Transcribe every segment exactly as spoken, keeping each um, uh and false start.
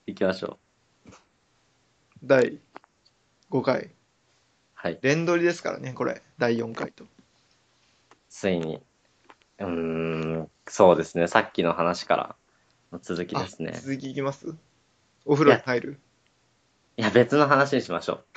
行きましょう。 だいごかい。 はい。 連撮りですからね、これ。だいよんかいと。 ついに。うーん、そうですね。さっきの話からの続きであ、 すね。 続きいきます？お風いや、 呂に入る？ いや別の話にしましょ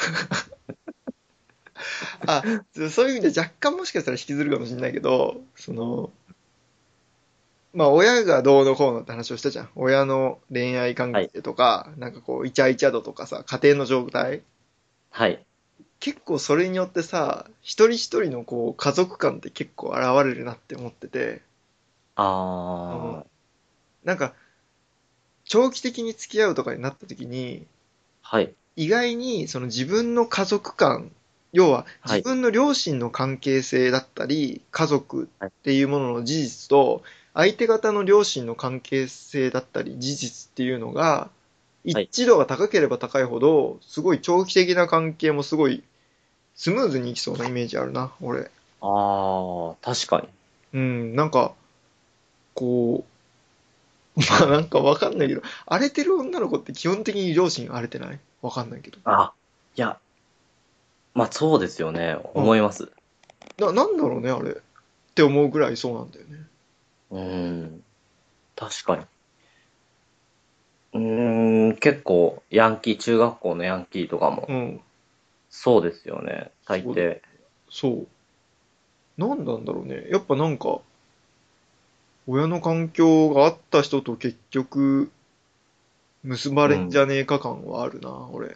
あ、そそういう意味で若干もしかしたら引きずるかもしれないけど、その、まあ親がどうのこうのって話をしたじゃん。親の恋愛う。はい。 関係とか、なんかこう、イチャイチャ度とかさ、家庭の状態。 はい。 結構それによってさ、一人一人のこう、家族感って結構現れるなって思ってて、あのあー、 なんか、長期的に付き合うとかになった時に、 はい。 意外にその自分の家族観、要ははい。 自分の両親の関係性だったり、家族はい。 っていうものの事実と、相手方の両親の関係性だったり、事実っていうのが、一はい。 致度が高ければ高いほど、すごい長期的な関係もすごいスムーズにいきそうなイメージあるな、俺。 あー、確かに。 うん、なんか、こう、まあなんかわかんないけど、荒れてる女の子って基本的に両親荒れてない？わかんないけど。 あ、いや、まあそうですよね。 うん。 思います。 な、なんだろうね、あれ。って思うぐらいそうなんだよね。 うーん、確かに。うーん、結構、ヤンキー、中学校のヤンキーとかも、 うん。 そうですよね。大そうだ。 抵。 そう。なんなんだろうね。やっぱなんか、親の環境があった人と結局、結ばれんじうん。 ゃねえか感はあるな、俺。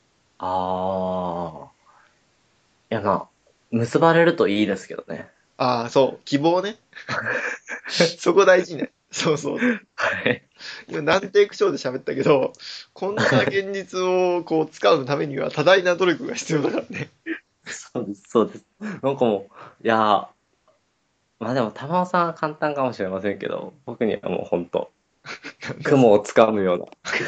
あー。いや、まあ、結ばれるといいですけどね。 ああ、そう。希望ね。そこ大事ね。そうそうそう。 はい。 今、何テイクショーで喋ったけど、こんな現実をこう、使うためには多大な努力が必要だからね。 そうです、そうです。なんかもう、いやー、まあでも、玉尾さんは簡単かもしれませんけど、僕にはもう本当、 なんだそれ。 雲をつかむような。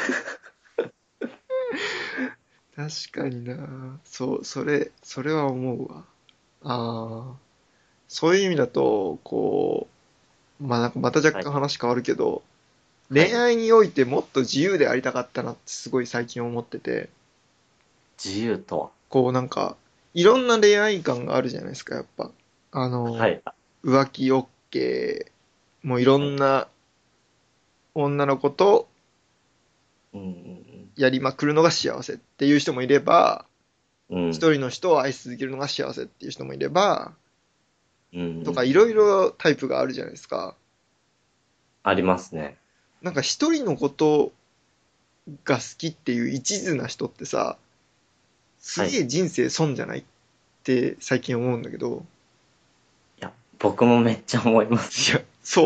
確かにな。そう、それ、それは思うわ。ああ、そういう意味だと、こう、まあなんかまた若はい。 干話変わるけど、恋はい。 愛においてもっと自由でありたかったなってすごい最近思ってて、 自由とは。 こうなんか、いろんな恋愛観があるじゃないですか、やっぱ。あの、 はい。 浮気 OK、もういろはい。 んな女の子とうんうんやりまくるのが幸せっていう人もいれば、 うん。うん。 一人の人を愛し続けるのが幸せっていう人もいれば、 うんうんとかいろいうん。 ろタイプがあるじゃないですか。 ありますね。 なんか一人のことが好きっていう一途な人ってさ、すはい。いげえ人生損じゃないって最近思うんだけど、 や、僕もめっちゃ思います。 いや、そう。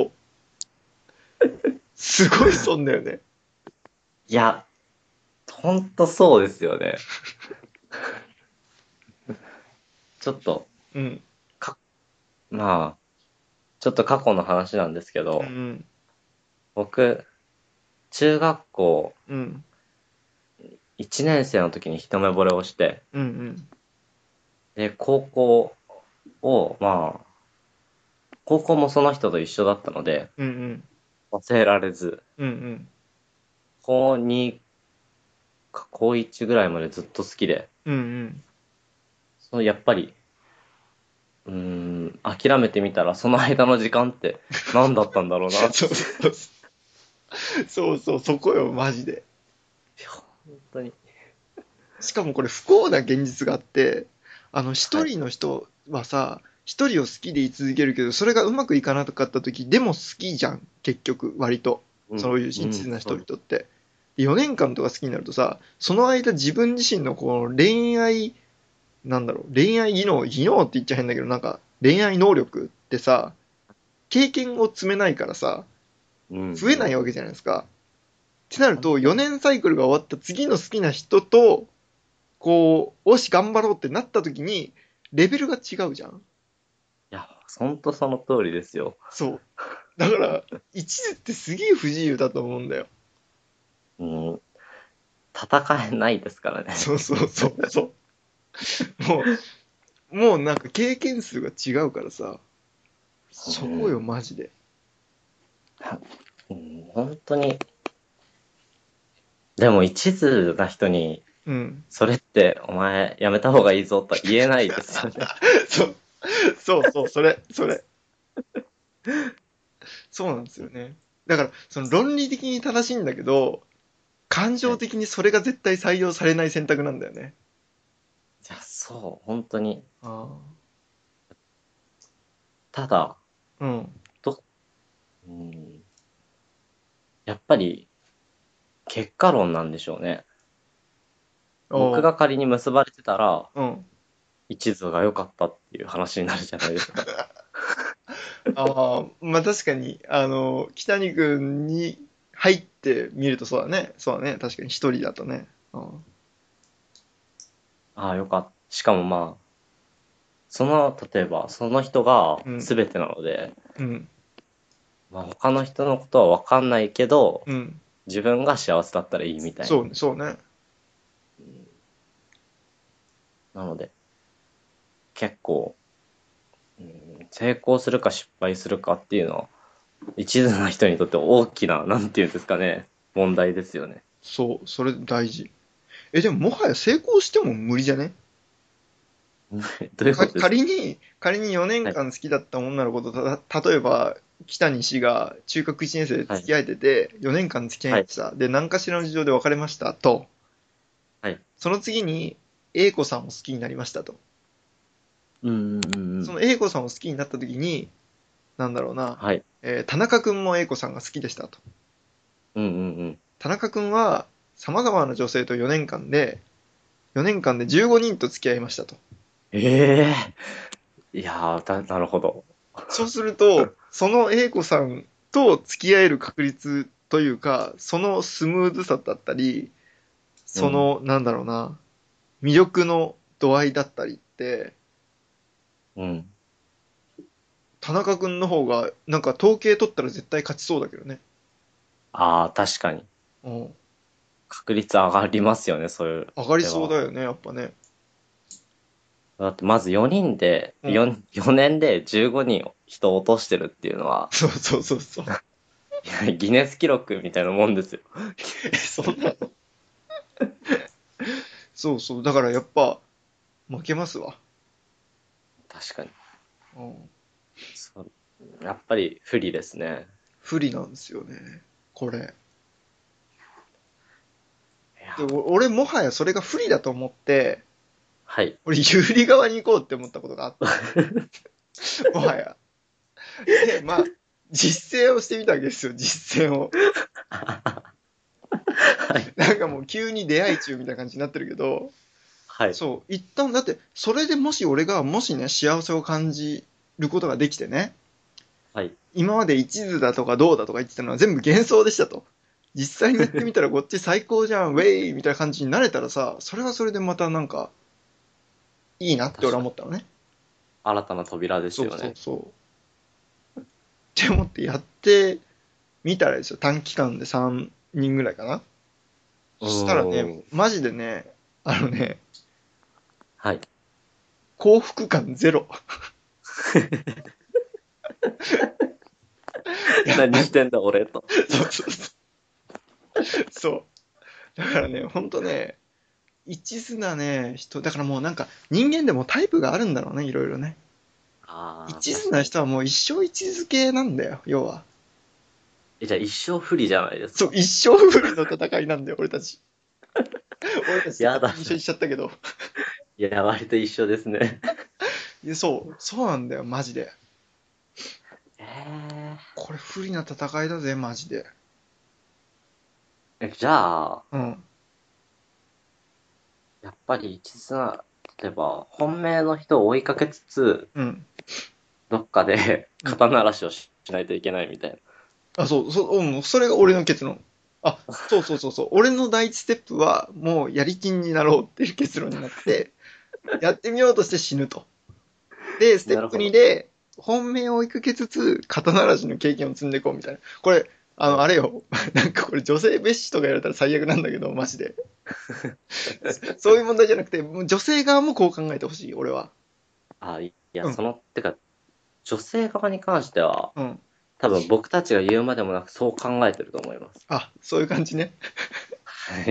すごい損だよね。 いや、ほんとそうですよね。ちょっと、 うん。 か、まあ、ちょっと過去の話なんですけど、 うん。 僕、中学校うん。 いちねん生の時に一目惚れをして、 うん。うん。 で、高校を、まあ、高校もその人と一緒だったので、 うん。うん。 忘れられず、 うん。うん。 高にか高いちぐらいまでずっと好きで、 うん。 そのやっぱり、うーん、諦めてみたらその間の時間って何だったんだろうなって。 そうそうそう。そうそう、そこよ、マジで。 いや、本当に。 しかもこれ不幸な現実があって、あの、一はい。 人の人はさ、一人を好きでい続けるけど、それがうまくいかなかった時、でも好きじゃん、結局、割と。 うん、 そういううん、 一途な人そうです。 々って。よねんかんとか好きになるとさ、その間自分自身のこの恋愛、なんだろう、恋愛技能、技能って言っちゃ変だけど、なんか恋愛能力ってさ、経験を積めないからさ、 うん、うん、 増えないわけじゃないですか。ってなると、 本当に。いよねんサイクルが終わった次の好きな人と、こう、おし頑張ろうってなった時に、レベルが違うじゃん。 や、本当その通りですよ。 そう。だから、一途ってすげえ不自由だと思うんだよ。 うん、戦えないですからね。 そうそうそうそう。もう、もうなんか経験数が違うからさ、 うそこよ、 ん、 マジで。 うん、本当に、 でも一途な人に、 うん。 それってお前やめた方がいいぞとは言えないですよね。 そう、そうそう、それ、それ。そうなんですよね。だから、その論理的に正しいんだけど、感はい。い情的にそれが絶対採用されない選択なんだよね。 や、そう、本当に。 あただ、 あ。うん。 ど、うん、やっぱり結果論なんでしょうね。僕おが仮に結ばれてたら、 うん。 一途が良かったっていう話になるじゃないですか。 ああ、まあ確かに、あの、北谷君に入ってみるとそうだね。そうだね。確かに一人だとね。うん。 ああ、よかった。しかもまあ、その、例えば、その人がうん。 全てなので、 うん。 まあ、他の人のことは分かんないけど、 うん。 自分が幸せだったらいいみたいな。 そうね、そうね。 なので、結構、うん、成功するか失敗するかっていうのは、一途な人にとって大きな、なんていうんですかね、問題ですよね。 そう、それ大事。え、でももはや成功しても無理じゃね？ どういうこかとですか？ 仮に、仮に4 はい、 年間好きだった女の子とた、例えば、北西が中学いちねん生ではい、 付き合えてて、よねんかん付き合いはい、 ました。で、何かしらの事情で別れましたと。 はい。 その次に、A 子さんを好きになりましたと。 うん、うん、うん、うん。 その A 子さんを好きになった時に、なんだろうな、 はい。 えー田中くんも A 子さんが好きでしたと。 うん、うん、うん。 田中くんは、様々な女性とよねんかんで、よねんかんでじゅうごにんと付き合いましたと。 ええ、いやー、だ、なるほど。 そうすると、その A 子さんと付き合える確率というか、そのスムーズさだったり、 うん、 その、なんだろうな、魅力の度合いだったりって、 うん。 田中くんの方が、なんか統計取ったら絶対勝ちそうだけどね。 ああ、確かに。 うん。 確率上がりますよね、そういう上がり手は。 そうだよね、やっぱね。 だってまずよにんで、 うん。 よん、よねんでじゅうごにん人を落としてるっていうのは、 そうそうそうそう。 いやギネス記録みたいなもんですよ。 え、そんなの？そうそう。だからやっぱ、負けますわ。 確かに。 うん。 そう。やっぱり不利ですね。 不利なんですよね。これ。で、 いや、 お俺もはやそれが不利だと思って、 はい。 俺有利側に行こうって思ったことがあって、もはや。で、まあ、実践をしてみたわけですよ、実践を。 はい。 なんかもう急に出会い中みたいな感じになってるけど、 はい。 そう、一旦、だって、それでもし俺が、もしね、幸せを感じることができてね、 はい。 今まで一途だとかどうだとか言ってたのは全部幻想でしたと。実際にやってみたらこっち最高じゃん、ウェイみたいな感じになれたらさ、それはそれでまたなんか、いいなって俺は確かに。 思ったのね。 新たな扉ですそうそうよね。 そう。って思ってやってみたらですよ、短期間でさんにんぐらいかな。 うそしたらね、 ーん。 マジでね、あのね、 はい。 幸福感ゼロ。やっぱり、 何してんだ俺と。 そうそうそう。そう。だからね、ほんとね、一途なね、人、だからもうなんか人間でもタイプがあるんだろうね、いろいろね。 ああ、 一途確かに。 な人はもう一生一途系なんだよ、要は。 え、じゃあ一生不利じゃないですそう、 か。 一生不利の戦いなんだよ、俺たち。俺たちってやだ。 勝手に一緒にしちゃったけど。 いや、割と一緒ですね。 いやそう、そうなんだよ、マジで。 えこれ不利な戦いだぜ、マジで。 ー、え、じゃあ、 うん、 やっぱり一途な、例えば、本命の人を追いかけつつ、 うん、 どっかでうん。 肩慣らしをしないといけないみたいな。 あ、そう、そう、うん、それが俺の結論。あ、そうそうそうそう。俺の第一ステップは、もうやりきんになろうっていう結論になって、やってみようとして死ぬと。で、ステップになるほど。 で、本命を追いかけつつ、肩慣らしの経験を積んでいこうみたいな。これ、あの、 はい。 あれよ。なんかこれ女性蔑視とか言われたら最悪なんだけど、マジで。そういう問題じゃなくて、もう女性側もこう考えてほしい、俺は。 あ、いや、 うん、 その、てか、女性側に関しては、 うん。 多分僕たちが言うまでもなくそう考えてると思います。 あ、そういう感じね。 はい。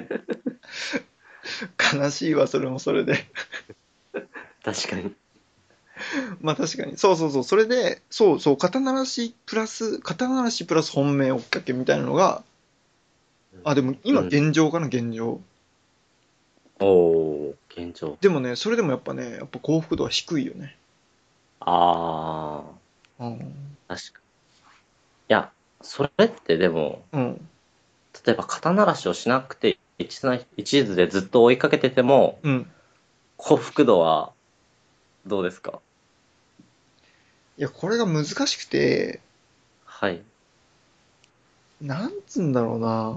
悲しいわ、それもそれで。 確かに。 まあ確かに。そうそうそう。それで、そうそう、肩慣らしプラス、肩慣らしプラス本命追っかけみたいなのが、あ、でも今うん。 現状かな、現状。 おー、現状。 でもね、それでもやっぱね、やっぱ幸福度は低いよね。 あうん。 ー、確かに。いや、それってでも、 うん。 例えば肩慣らしをしなくて一途な一途でずっと追いかけてても、 うん。 幸福度はどうですか？ いや、これが難しくて、 はい。 なんつうんだろうな。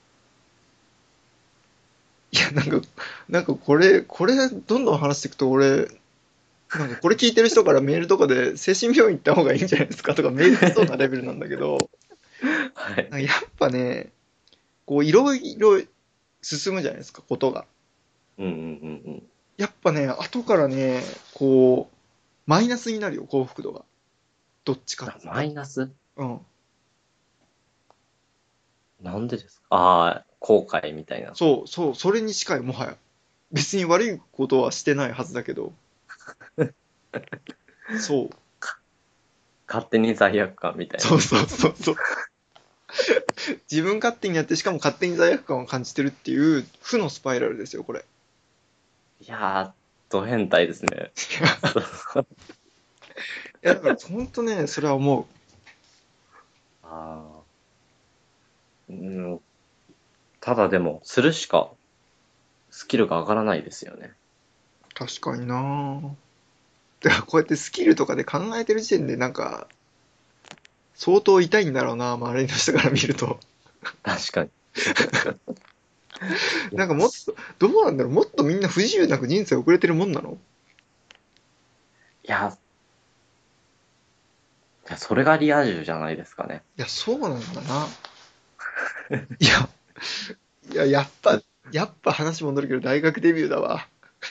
いや、なんか、なんかこれ、これ、どんどん話していくと俺、なんかこれ聞いてる人からメールとかで精神病院行った方がいいんじゃないですかとかメール来そうなレベルなんだけど、 はい。 なんかやっぱね、こういろいろ進むじゃないですか、ことが。 うんうんうんうん。 やっぱね、後からね、こう、マイナスになるよ、幸福度が。どっちかっあ、マつったら。 イナス。 うん。 なんでですか？ああー、後悔みたいな。 そう、そう、それに近い、もはや。別に悪いことはしてないはずだけど、そう、 勝手に罪悪感みたいな。 そうそうそうそう。自分勝手にやって、しかも勝手に罪悪感を感じてるっていう負のスパイラルですよ、これ。 いやー、ド変態ですね。そう。 いや、だから本当ね、それは思う。 ああ、うん。ただでも、するしかスキルが上がらないですよね。 確かにな。だからこうやってスキルとかで考えてる時点でなんか、相当痛いんだろうな、周りの人から見ると。 確かに。いや、 なんかもっと、どうなんだろう、もっとみんな不自由なく人生遅れてるもんなの？ いや、いやそれがリア充じゃないですかね。 いや、そうなんだな。いや、いや、やっぱ、やっぱ話戻るけど大学デビューだわ。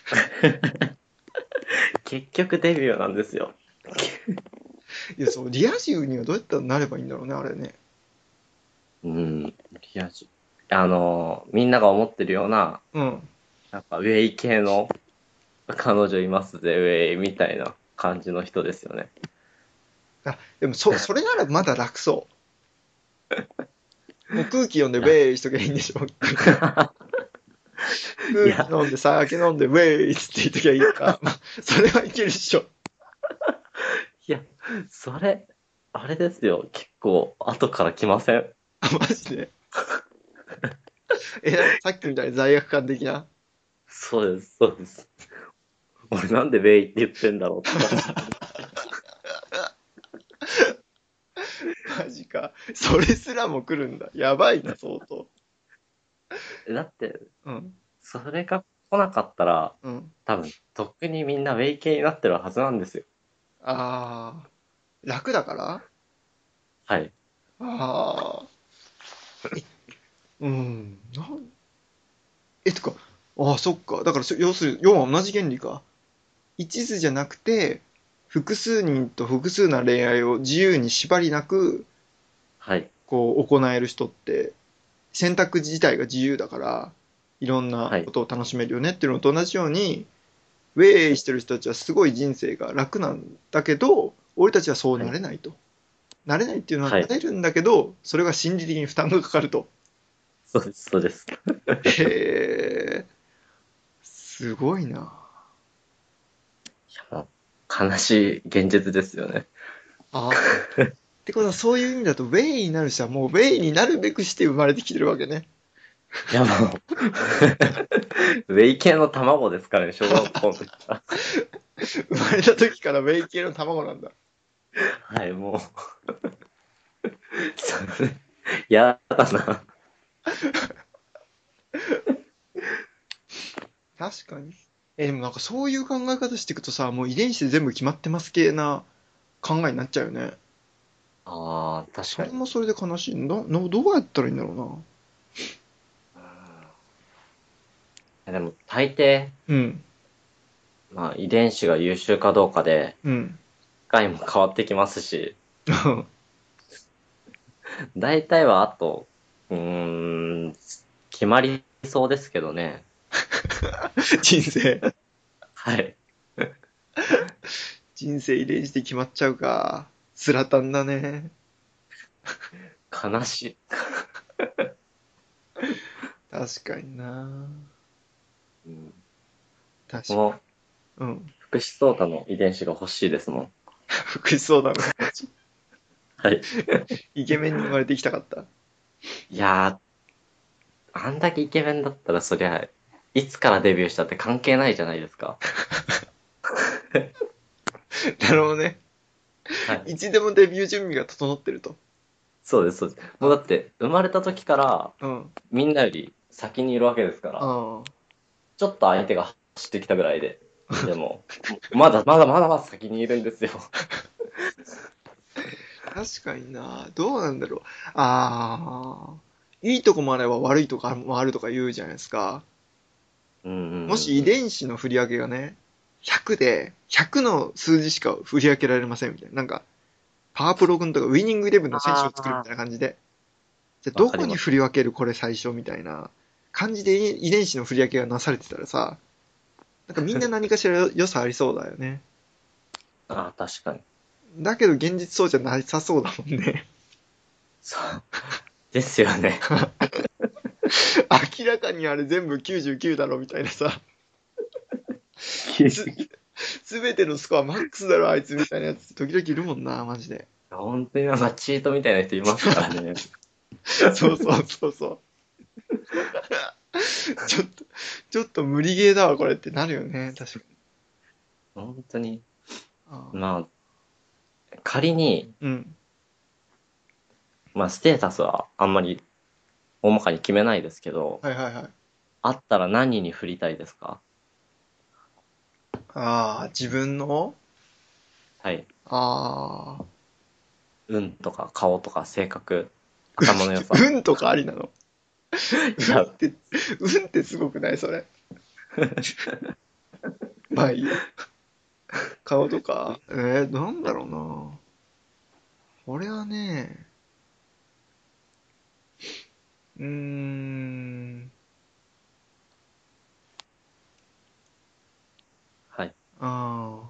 結局デビューなんですよ。 いや、そう、リア充にはどうやったらなればいいんだろうね、あれね。 うん、リア充。あの、みんなが思ってるような、 うん。 なんかウェイ系の彼女いますぜ、ウェイみたいな感じの人ですよね。 あ、でもそ、それならまだ楽そう。もう空気読んでウ楽。 ェーイしとけばいいんでしょ。 いや、 空気飲んで酒飲んでウェーイっつって言っときゃいいか。まあ、それはいけるっしょ。 いや、それ、あれですよ。結構、後から来ません？ あ、マジで。え、なんかさっきみたいに罪悪感的な。 そうです、そうです。俺なんでウェイって言ってんだろうとか。 マジか。それすらも来るんだ。やばいな、相当。 だって、 うん。 それが来なかったら、 うん。 多分、とっくにみんなウェイ系になってるはずなんですよ。 ああ、楽だからはい。 ああー、え、うん。なん、え、とか、ああ、そっか。だからそ、要するに、要は同じ原理か。一途じゃなくて、複数人と複数な恋愛を自由に縛りなく、 はい。 こう、行える人って、選択自体が自由だから、いろんなはい。 ことを楽しめるよねっていうのと同じように、ウェイしてる人たちはすごい人生が楽なんだけど、俺たちはそうはい。 なれないと。なれないっていうのははい。 なれるんだけど、それが心理的に負担がかかると。 そうです、そうです。 へえ、すごいな。 いや、もう、悲しい現実ですよね。 あ、ってことはそういう意味だと、ウェイになる人はもうウェイになるべくして生まれてきてるわけね。 いや、もうウェイ系の卵ですからね、小学校の時から。 生まれた時からウェイ系の卵なんだ。 はい、もう、それ、やだな。 確かに。え、でもなんかそういう考え方していくとさ、もう遺伝子で全部決まってます系な考えになっちゃうよね。 ああ、確かに。 それもそれで悲しい。な、のどうやったらいいんだろいやでも、大抵、 うな。うん。 まあ、遺伝子が優秀かどうかで、 うん。 機械も変わってきますし、大体はあと、うーん、決決まりそうですけどね。 人生。 はい。 人生遺伝子で決まっちゃうか。スラタンだね。 悲しい。 確かにな。 うん、 確かに。 このうん。 福士蒼太の遺伝子が欲しいですもん。 福士蒼太のはい。 イケメンに生まれてきたかった。 いやー、あんだけイケメンだったらそりゃ、いつからデビューしたって関係ないじゃないですか。 なるほどね。 はい。 いつでもデビュー準備が整ってると。 そうです、そうです。もうだって、生まれた時から、 うん。 みんなより先にいるわけですから、 あちょっと相手が走ってきたぐらいで、でも、まだまだまだまだ先にいるんですよ。 あ。確かにな。どうなんだろう。ああ。いいとこもあれば悪いとこもあるとか言うじゃないですか。 うんうんもし遺うんうん。 伝子の振り分けがね、ひゃくで、ひゃくの数字しか振り分けられませんみたいな。なんか、パワープロ君とかウィニングイレブンの選手を作るみあたいな感じで、じゃああ、わどこにかります。 振り分けるこれ最初みたいな感じで遺伝子の振り分けがなされてたらさ、なんかみんな何かしら良さありそうだよね。 ああ、確かに。 だけど現実そうじゃなさそうだもんね。 そう。ですよね。 明らかにあれ全部きゅうじゅうきゅうだろみたいなさ、す、すべてのスコアマックスだろあいつみたいなやつ時々いるもんな、マジで。 本当になんかチートみたいな人いますからね。 そうそうそうそう。ちょっと、ちょっと無理ゲーだわ、これってなるよね。確かに。 本当に。 あーまあ、仮に、 うん。 まあ、ステータスはあんまり大まかに決めないですけど、 はいはいはい。 あったら何に振りたいですか？ ああ、自分のはい。 ああ、 運とか顔とか性格、頭の良さ。 運とかありなの？ いや、 運って、運ってすごくないそれ。まあいいや。顔とか。えー、なんだろうな。これはね、うーん、 はい。 あ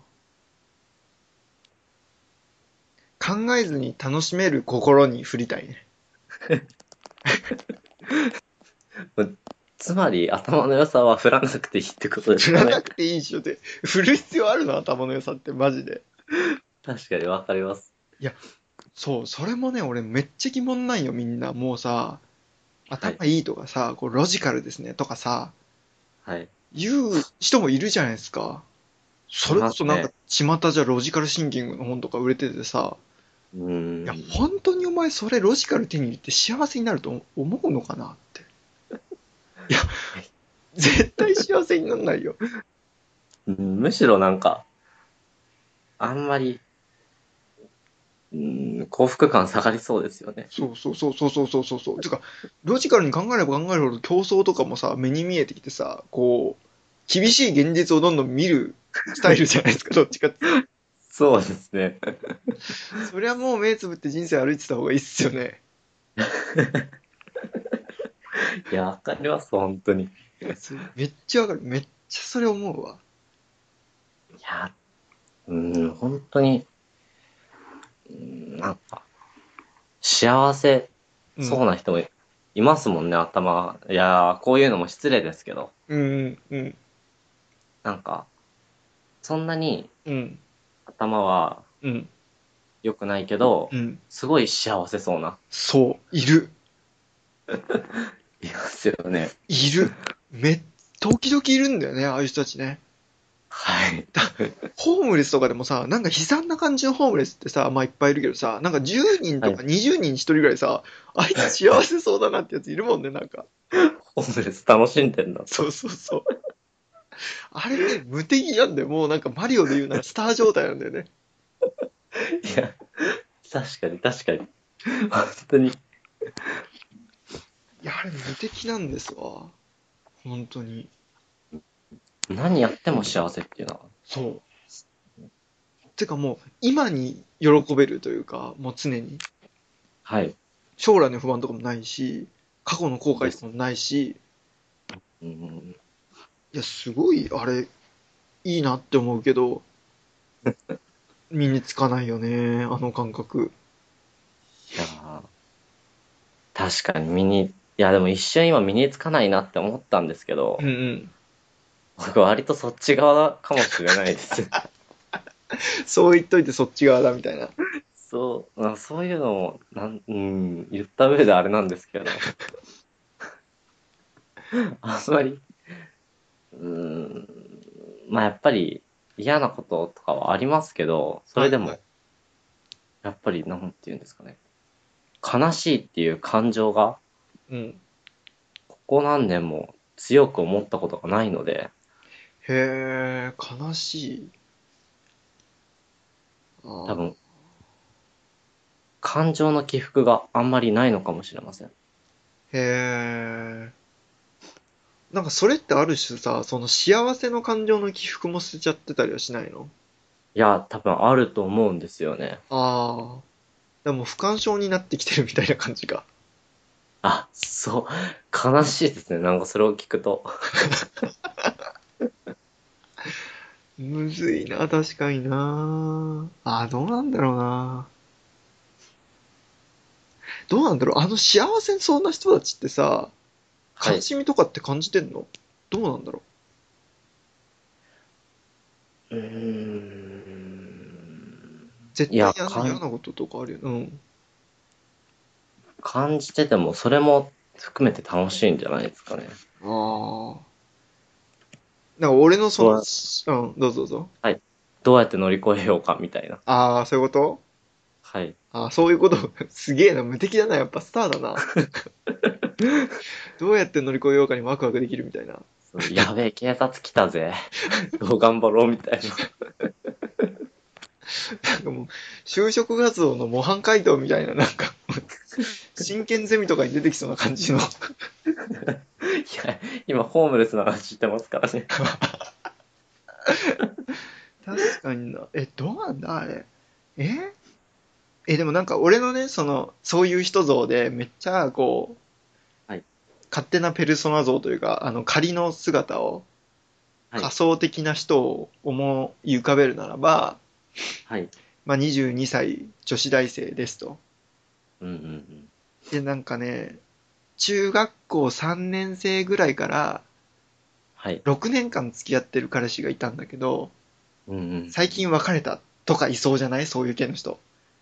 ー考えずに楽しめる心に振りたいね。 つまり頭の良さは振らなくていいってことですかね。 振らなくていいっしょって。振る必要あるの頭の良さってマジで。 確かにわかります。 いや、そう、それもね、俺めっちゃ疑問なんよ、みんな。もうさ、 はい。 頭いいとかさ、こうロジカルですねとかさ、 はい。 言う人もいるじゃないですか。そいれこそなんか、 ますね。 巷じゃロジカルシンキングの本とか売れててさ、 うーいや、 ん。 本当にお前それロジカル手に入れて幸せになると思うのかなって。いや、絶対幸せにならないよ。 うんむしろなんか、あんまり、うん、幸福感下がりそうですよね。 そうそうそうそうそうそうそうそう。てか、ロジカルに考えれば考えるほど競争とかもさ、目に見えてきてさ、こう、厳しい現実をどんどん見るスタイルじゃないですか、どっちかっていうと。 そうですね。 そりゃもう目つぶって人生歩いてた方がいいっすよね。 いや、わかります、本当に。いそれめっちゃわかる。めっちゃそれ思うわ。 や、うん、本当に、うんなんか、幸せうん。 そうな人もいますもんね、頭。いやー、こういうのも失礼ですけど。 うん、うん、 なんか、そんなにうん、 頭はうん、 良くないけど、 うん。 すごい幸せそうな。 そう、いる。 いますよね。 いる。め、時々いるんだよね、ああいう人たちね。 はい。 ホームレスとかでもさ、なんか悲惨な感じのホームレスってさ、まあいっぱいいるけどさ、なんかじゅうにんはい。 とかにじゅうにんにひとりぐらいさ、あいつ幸せそうだなってやついるもんね、なんか。 ホームレス楽しんでんなと。 そうそうそう。あれね、無敵なんだよ。もうなんかマリオで言うならスター状態なんだよね。 いや、確かに確かに。本当に。 いや、あれ無敵なんですわ。本当に。 何やっても幸せっていうのは。 そう。てかもう、今に喜べるというか、もう常に。 はい。 将来の不安とかもないし、 過去の後悔とかもないし、 うん。 いや、すごい、あれ、いいなって思うけど、身につかないよね、あの感覚。 いやー、確かに身に、いやでも一瞬今身につかないなって思ったんですけど、 うんうん。 僕割とそっち側かもしれないです。 そう言っといてそっち側だみたいな。 そう、あそういうのも、なん、うん、言った上であれなんですけど、あんまり、うーん、まあやっぱり嫌なこととかはありますけど、そはいはい。 れでも、やっぱりなんて言うんですかね、悲しいっていう感情が、 うん。 ここ何年も強く思ったことがないので、 へえ、悲しい。ああ。 多分、感情の起伏があんまりないのかもしれません。 へえ。なんかそれってある種さ、その幸せの感情の起伏も捨てちゃってたりはしないの？ いや、多分あると思うんですよね。 ああ。でも不干渉になってきてるみたいな感じか。 あ、そう、悲しいですね。なんかそれを聞くと。 むずいな、確かにな。ああ、どうなんだろうな。どうなんだろう。あの幸せそうな人たちってさ、 はい。 悲しみとかって感じてんの？どうなんだろうーん。 う。絶いや、 対嫌な嫌かん、 なこととかあるよ。うん。 感じてても、それも含めて楽しいんじゃないですかね。 ああ。なんか俺のその、 どうや、 うん、どうぞどうぞ。 はい。どうやって乗り越えようか、みたいな。 ああ、そういうこと？ はい。 ああ、そういうこと。すげえな、無敵だな、やっぱスターだな。どうやって乗り越えようかにワクワクできるみたいな。 そうやべえ、警察来たぜ。どう頑張ろう、みたいな。 なんかもう、就職活動の模範解答みたいな、なんか、真剣ゼミとかに出てきそうな感じの。 いや、今、ホームレスの話してますからね。 確かにな。え、どうなんだ、あれ。ええ、でもなんか俺のね、その、そういう人像で、めっちゃ、こう、 はい。 勝手なペルソナ像というか、あの、仮の姿を、 はい。 仮想的な人を思い浮かべるならば、 はい。 まあ、にじゅうにさい女子大生ですと。 うんうんうん。 で、なんかね、中学校さんねん生ぐらいからはい。 ろくねんかん付き合ってる彼氏がいたんだけど、 うんうん。 最近別れたとかいそうじゃない？そういう系の人。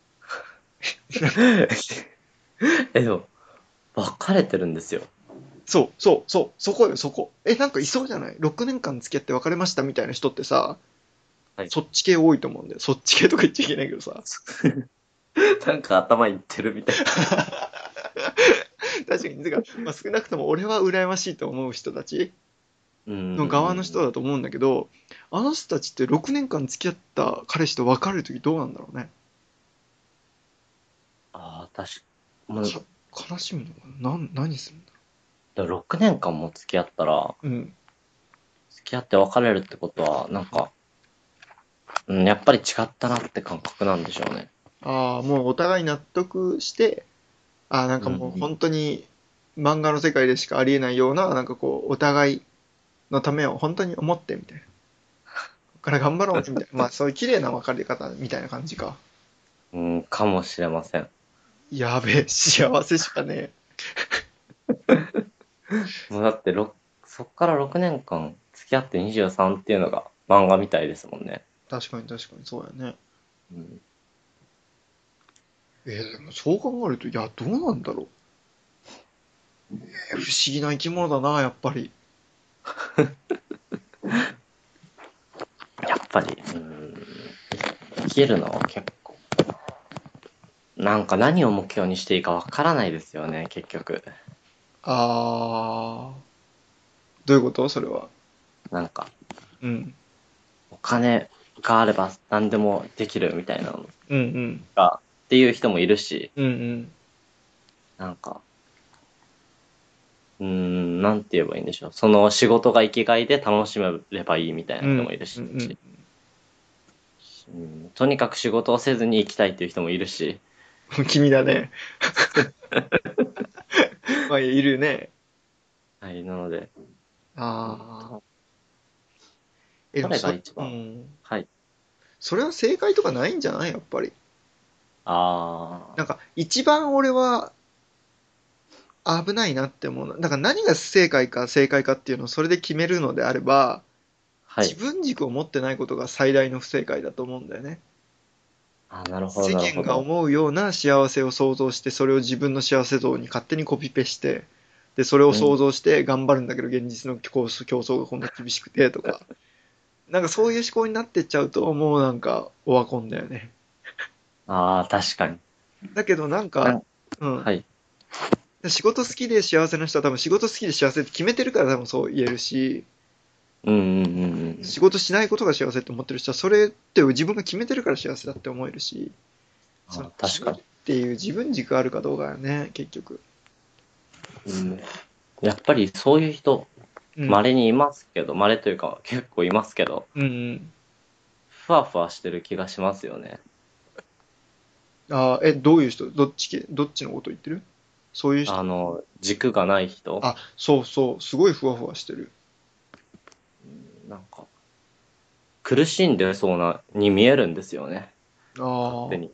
え、でも、別れてるんですよ。 そう、そう、そう、そこよ、そこ。え、なんかいそうじゃない？ ろく 年間付き合って別れましたみたいな人ってさ、 はい。 そっち系多いと思うんだよ。そっち系とか言っちゃいけないけどさ。 なんか頭いってるみたいな。 確かに、だから、まあ、少なくとも俺は羨ましいと思う人たちうんうんの側の人うん。 だと思うんだけど、あの人たちってろくねんかん付き合った彼氏と別れるときどうなんだろうね。 ああ、確か、もう、 か、悲しむのかな？なん、何するんだでもろくねんかんも付き合ったら、 ろう。うん。 付き合って別れるってことは、なんか、うん、やっぱり違ったなって感覚なんでしょうね。 ああ、もうお互い納得して、ああ、なんかもううんうん。 本当に漫画の世界でしかありえないような、なんかこう、お互いのためを本当に思ってみたいな。ここから頑張ろうねみたいな。まあそういう綺麗な別れ方みたいな感じか。 うん、かもしれません。 やべえ、幸せしかねえ。 もうだってろそっからろくねんかん付き合ってにじゅうさんっていうのが漫画みたいですもんね。 確かに確かにそうやね。 うん、 えーでもそう考えると、いや、どうなんだろう。えー不思議な生き物だな、やっぱり。 やっぱり、うん、生きるのは結構、なんか何を目標にしていいかわからないですよね、結局。 あー、どういうことそれは？ なんか、 うん。 お金があれば何でもできるみたいなのうんうん。 が、っていう人もいるし、 うんうん。 なんか、うーん、なんて言えばいいんでしょう。その仕事が生きがいで楽しめればいいみたいなうん人もいるし、 うんうん。 うん、とにかく仕事をせずに生きたいっていう人もいるし、 君だね。 まあ、いるね。 はい、なので、 ああ。え、でどれがもそ、 一番、 うん。 はい。 それは正解とかないんじゃないやっぱり。なんああ、 か、一番俺は危ないなって思うの。だから何が不正解か正解かっていうのをそれで決めるのであれば、自はい。 分軸を持ってないことが最大の不正解だと思うんだよね。 あ、なるほど、 世間がなるほど。 思うような幸せを想像して、それを自分の幸せ像に勝手にコピペして、で、それをうん。 想像して頑張るんだけど、現実の競争競争がこんな厳しくてとか、なんかそういう思考になってっちゃうと、もうなんかオワコンだよね。 ああ、確かに。 だけどなんか、 なんうん。 はい。 仕事好きで幸せな人は多分仕事好きで幸せって決めてるから多分そう言えるし、 うんうんうんうん。 仕事しないことが幸せって思ってる人は、それって自分が決めてるから幸せだって思えるし、そのあー、確かに。 決めるっていう自分軸あるかどうかよね、結局。 うん。やっぱりそういう人、 うん。 稀にいますけど、稀というか結構いますけど、 うんうん。 ふわふわしてる気がしますよね。 ああ、え、どういう人どっち系どっちのこと言ってる？そういう人？ あの、軸がない人、 あ、そうそう、すごいふわふわしてる。 なんか、苦しんでそうな、に見えるんですよね。勝手ああ、 に。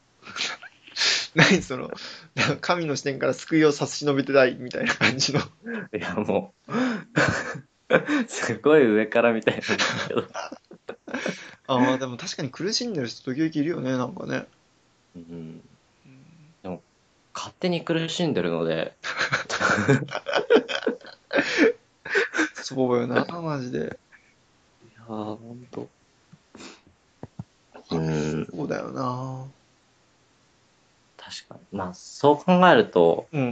何その、神の視点から救いを差し伸べてないみたいな感じの。 いや、もうすごい上からみたいなんですけど。 ああ、でも確かに苦しんでる人時々いるよね、なんかね。 うん。でも、勝手に苦しんでるので、 そうよな、マジで。 いやー、ほんと。うん、 そうだよな。 確かに。まあ、そう考えると、 うん。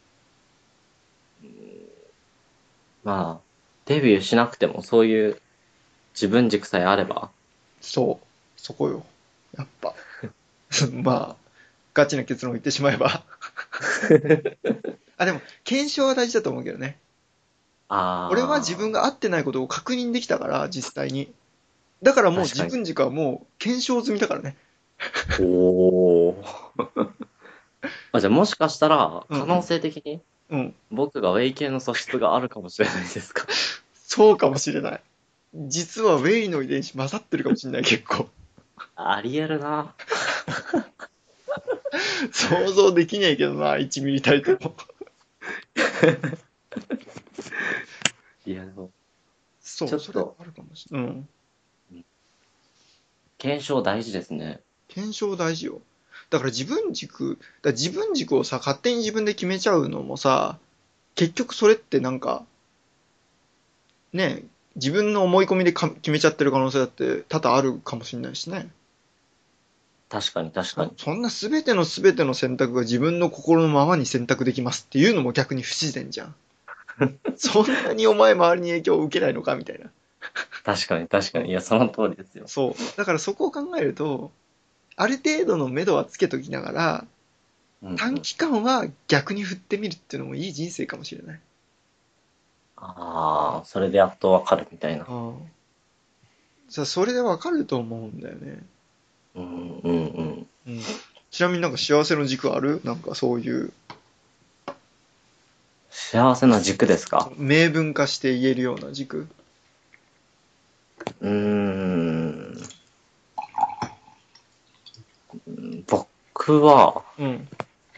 まあ、デビューしなくてもそういう自分軸さえあれば、 そう。そこよ。やっぱ。まあ、ガチな結論を言ってしまえば。あ、でも、検証は大事だと思うけどね。俺は自分あが合ってないことを確認できたから、実際に。だからあ、 もう確かに。 自分軸はもう検証済みだからね。 おー。あ、じゃあもしかしたら、可能うんうん。 性的にうん。 僕がウェイ系の素質があるかもしれないですか？ そうかもしれない。実はウェイの遺伝子混ざってるかもしれない、結構。 ありえるな。 想像できねえけどな、いちミリたりとも。 いや、でも、 そう、それちょっと、 あるかもしれない。うん。 検証大事ですね。 検証大事よ。だから自分軸、だから自分軸をさ、勝手に自分で決めちゃうのもさ、結局それってなんか、ね、自分の思い込みでか決めちゃってる可能性だって多々あるかもしれないしね。 確かに確かそ、 に。 そんな全ての全ての選択が自分の心のままに選択できますっていうのも逆に不自然じゃん。そんなにお前周りに影響を受けないのかみたいな。 確かに確かに。いうん。 や、その通りですよ。 そう。だからそこを考えると、ある程度の目処はつけときながら、 うんうん。 短期間は逆に振ってみるっていうのもいい人生かもしれない。 ああ、それでやっとわかるみたいな。 うん。さ、それでわかると思うんだよね。 うんうんうん。 うん。ちなみになんか幸せの軸あるなんかそういう、 幸せな軸ですか？ 明文化して言えるような軸。 うーん。僕は、 うん。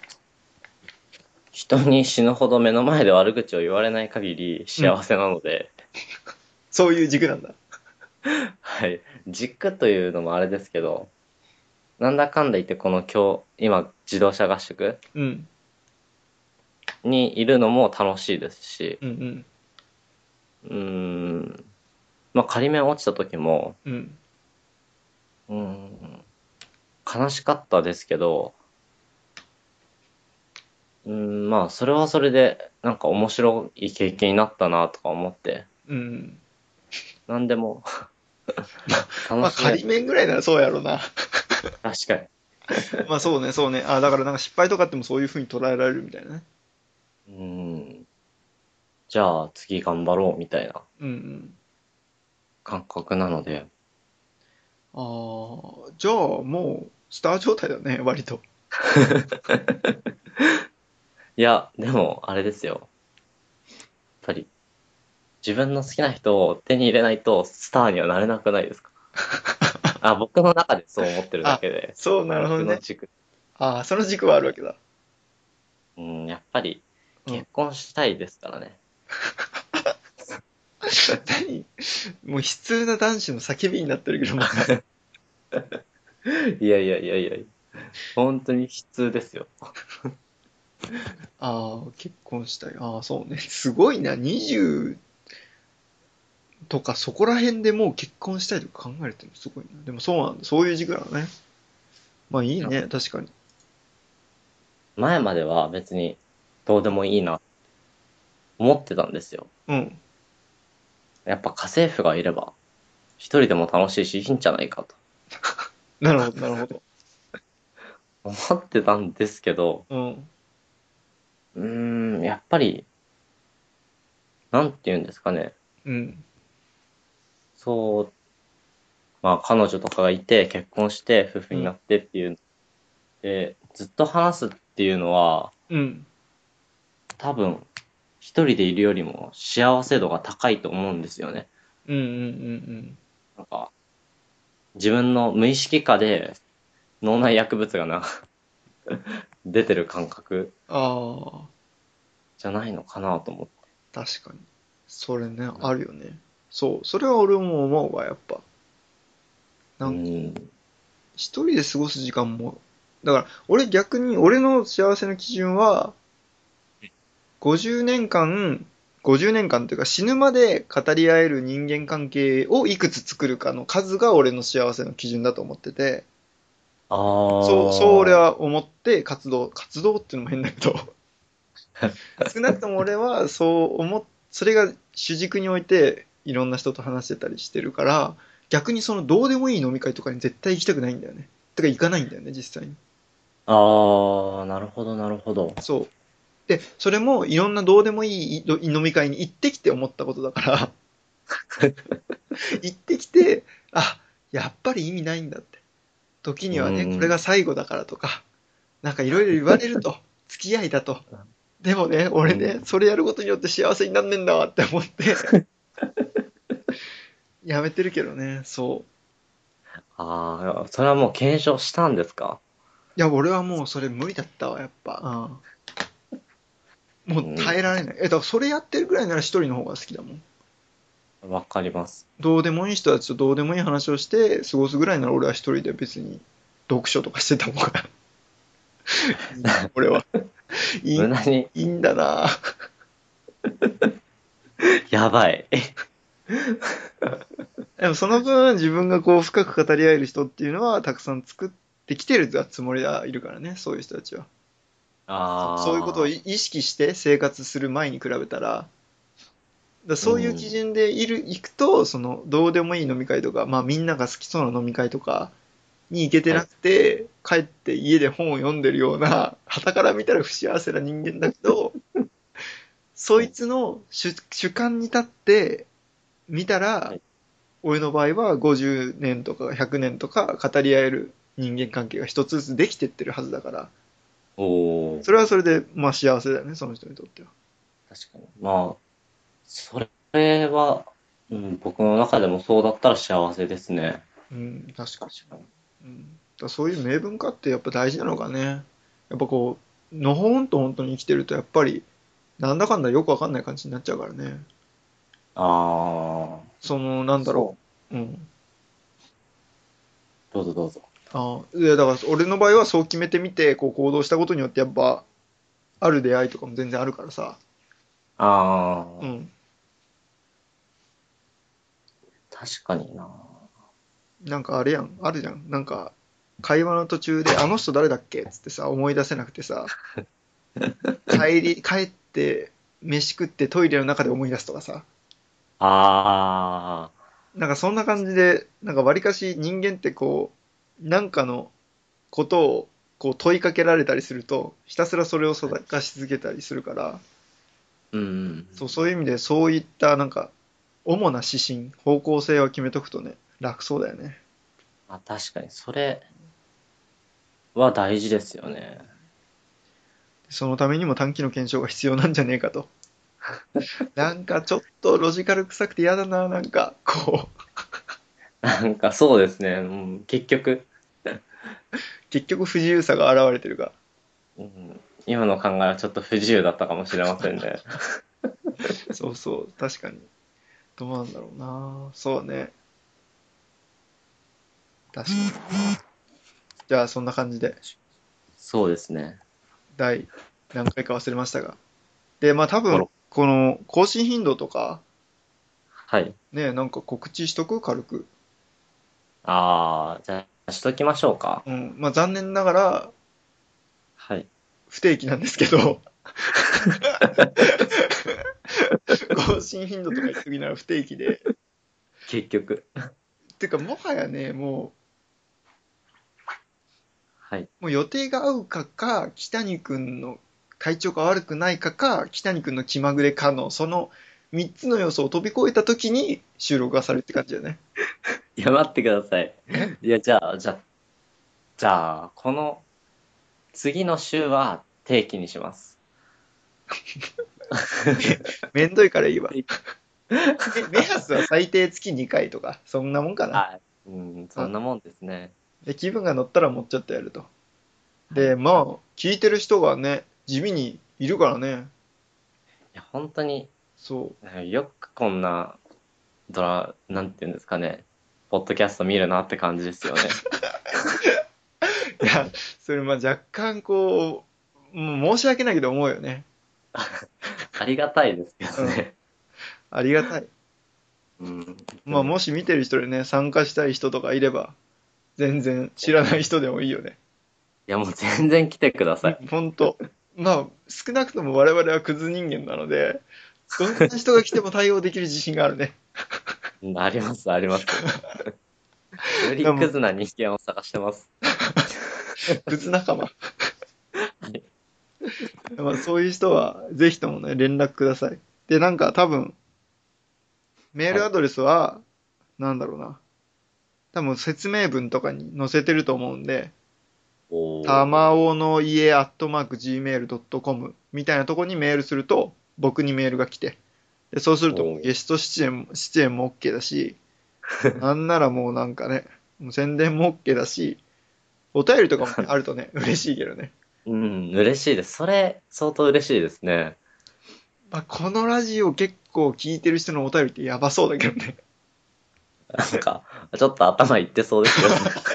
人に死ぬほど目の前で悪口を言われない限りうん。 幸せなので、 そういう軸なんだ。 はい。軸というのもあれですけど、なんだかんだ言ってこの今日、今、自動車合宿うん。 にいるのも楽しいですし、 うんうん。 うーん、まあ仮面落ちた時も、 うん。 うーん、悲しかったですけど、うーん、まあそれはそれでなんか面白い経験になったなとか思って、 うん。 なんでもまあ楽しめ、 仮面ぐらいならそうやろうな。 確かに。 まあそうね、そうね。あ、だからなんか失敗とかってもそういう風に捉えられるみたいなね。 うーん、じゃあ次頑張ろうみたいなうんうん。 感覚なので、 ああ、じゃあもうスター状態だね、割と。 いいや、でも、あれですよ。やっぱり、自分の好きな人を手に入れないとスターにはなれなくないですか？あ、僕の中でそう思ってるだあ、 けで、 そう、なるほどね。 僕の軸。 ああ、その軸はあるわけだ。 うん、やっぱり、 うん。 結婚したいですからね。 何もう悲痛な男子の叫びになってるけど、まだ。 いやいやいやいやいや、本当に悲痛ですよ。 ああ、結婚したい。ああ、そうね。すごいな。にじゅうとかそこら辺でもう結婚したいとか考えるってのすごいな。でもそうなんだ。そういう軸なのね。まあいいね。確かに。 前までは別にどうでもいいな思ってたんですよ。 うん。 やっぱ家政婦がいれば一人でも楽しいしいいんじゃないかとなるほど、なるほど。 思ってたんですけど、 うん。 うーん、やっぱり、なんて言うんですかね。 うん。 そう、まあ彼女とかがいて結婚して夫婦うん。 になってっていう、で、ずっと話すっていうのはうん。 多分一人でいるよりも幸せ度が高いと思うんですよね。 うん。うん。うん。 なんか自分の無意識下で脳内薬物がな出てる感覚ああ、 じゃないのかなと思って。 確かに。それね、 なんあるよね。そう。それは俺も思うわ、やっぱ。なうんか、 ん。 一人で過ごす時間も、だから、俺逆に、俺の幸せの基準は、ごじゅうねんかん、ごじゅうねんかんというか死ぬまで語り合える人間関係をいくつ作るかの数が俺の幸せの基準だと思ってて、 あそう、そう俺あ、 は思って活動、活動っていうのも変だけど、少なくとも俺はそう思っ、それが主軸においていろんな人と話してたりしてるから、逆にそのどうでもいい飲み会とかに絶対行きたくないんだよね。てか行かないんだよね、実際に。 ああ、なるほどなるほど。 そう。で、それもいろんなどうでもいい飲み会に行ってきて思ったことだから、行ってきて、あ、やっぱり意味ないんだって。時うにはね、これん。 が最後だからとか、なんかいろいろ言われると、付き合いだと。でもね、俺ね、 うん。 それやることによって幸せになんねんだわって思って、やめてるけどね、そう。 ああ、それはもう検証したんですか？ いや、俺はもうそれ無理だったわ、やっぱ。うん、もううん。 耐えられない。え、だからそれやってるぐらいなら一人の方が好きだもん。 わかります。 どうでもいい人たちとどうでもいい話をして過ごすぐらいなら俺は一人で別に読書とかしてた方がいい。俺は。いい、 無駄に、 いいんだな。 やばい。 でもその分自分がこう深く語り合える人っていうのはたくさん作ってきてるつもりはいるからね、そういう人たちは。そそういうことをああ、 意識して生活する前に比べたら、だうそういう基ん。 準でいる、行くと、その、どうでもいい飲み会とか、まあみんなが好きそうな飲み会とかに行けてなはい。 くて、帰って家で本を読んでるような、傍から見たら不幸せな人間だけど、そはい。 いつの主、主観に立って見たら、 はい。 俺の場合はごじゅうねんとかひゃくねんとか語り合える人間関係が一つずつできてってるはずだから、 おお、 それはそれで、まあ幸せだよね、その人にとっては。 確かに。まあ、それは、うん、僕の中でもそうだったら幸せですね。 うん、確か確かに。 に。うん、だからそういう明文化ってやっぱ大事なのかね。やっぱこう、のほほんと本当に生きてると、やっぱり、なんだかんだよくわかんない感じになっちゃうからね。 ああ、 その、なんだろそう。 う。うん。 どうぞどうぞ。 ああ、いや、だから俺の場合はそう決めてみて、こう行動したことによってやっぱ、ある出会いとかも全然あるからさ。 ああ、 うん。 確かにな。 なんかあれやん、あるじゃん。なんか、会話の途中で、あの人誰だっけっつってさ、思い出せなくてさ、帰り、帰って、飯食ってトイレの中で思い出すとかさ。 ああ、 なんかそんな感じで、なんかわりかし人間ってこう、なんかのことをこう問いかけられたりすると、ひたすらそれをはい。 探し続けたりするから、 うんうんうん。 そう、そういう意味でそういったなんか、主な指針、方向性を決めとくとね、楽そうだよね。 あ、確かに、それは大事ですよね。 そのためにも短期の検証が必要なんじゃねえかと。なんかちょっとロジカル臭くて嫌だな、なんか、こう。 なんかそうですね。うん、結局、 結局不自由さが現れてるが。 うん、今の考えはちょっと不自由だったかもしれませんね。 そうそう、確かに。どうなんだろうな。そうね。確かに。じゃあ、そんな感じで、 そうですね。 第何回か忘れましたが。で、まあ多ご、 分、 ろくこの更新頻度とか、 はい。 ね、なんか告知しとく軽く。 ああ、じゃあ、しときましょうか。 うん。まあ残念ながら、 はい。 不定期なんですけど、更新頻度とか言っときなら不定期で。 結局。 てか、もはやね、もはい。 う、もう予定が合うかか、北谷くんの体調が悪くないかか、北谷くんの気まぐれかの、そのみっつの要素を飛び越えたときに収録がされるって感じだよね。 いや、待ってください。 えいや、じゃあ、じゃあ、じゃあ、この次の週は定期にします。 めんどいからいいわ。 定期え目安は最低月にかいとか、そんなもんかな。 はい。うん、 うん。 そんなもんですね。 で、気分が乗ったらもうちょっとやると。で、 はい。あ、いまあ、聞いてる人がね、地味にいるからね。 や、本当に、 そよくこんなドラ、なんていうんですかね、ポッドキャスト見るなって感じですよね。 う。いや、それまあ若干こう、もう申し訳ないけど思うよね。 ありがたいですけうん。 どね。 ありがたい。 うん、本当まあ、 に。いもし見てる人でね、参加したい人とかいれば、全然知らない人でもいいよね。 や、もう全然来てくだうん、 さい。 ほんと。まあ、少なくとも我々はクズ人間なので、どんな人が来ても対応できる自信があるね。 うん、あります、あります。よりでも、 クズな人間を探してます。 クズ仲間。 はい。 まあ、そういう人は、ぜひともね、連絡ください。で、なんか多分、メーはい。 ルアドレスは、なんだろうな。多分説明文とかに載せてると思うんで、たまおー。 おの家アットマーク ジーメールドットコム みたいなところにメールすると、僕にメールが来て、でそうするともうおー。 ゲスト出演も、出演も OK だし、なんならもうなんかね、もう宣伝も OK だし、お便りとかもね、あるとね、嬉しいけどね。 うん、嬉しいです。それ、相当嬉しいですね。 まあ、このラジオ結構聞いてる人のお便りってやばそうだけどね。 なんか、ちょっと頭いってそうですけど。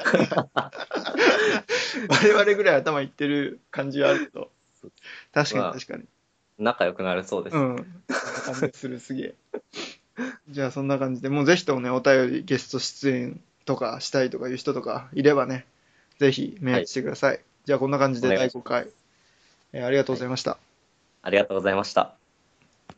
我々ぐらい頭いってる感じはあるけど、確かにまあ、 確かに。 仲良くなれそうです。 うん。そんな感じがする、すげえ。じゃあそんな感じで、もうぜひともね、お便り、ゲスト出演とかしたいとかいう人とかいればね、ぜひメールはい。 してください。じゃあこんな感じでだいごかい、 お願いします。 えーありがとうごはい。 ざいました。 ありがとうございました。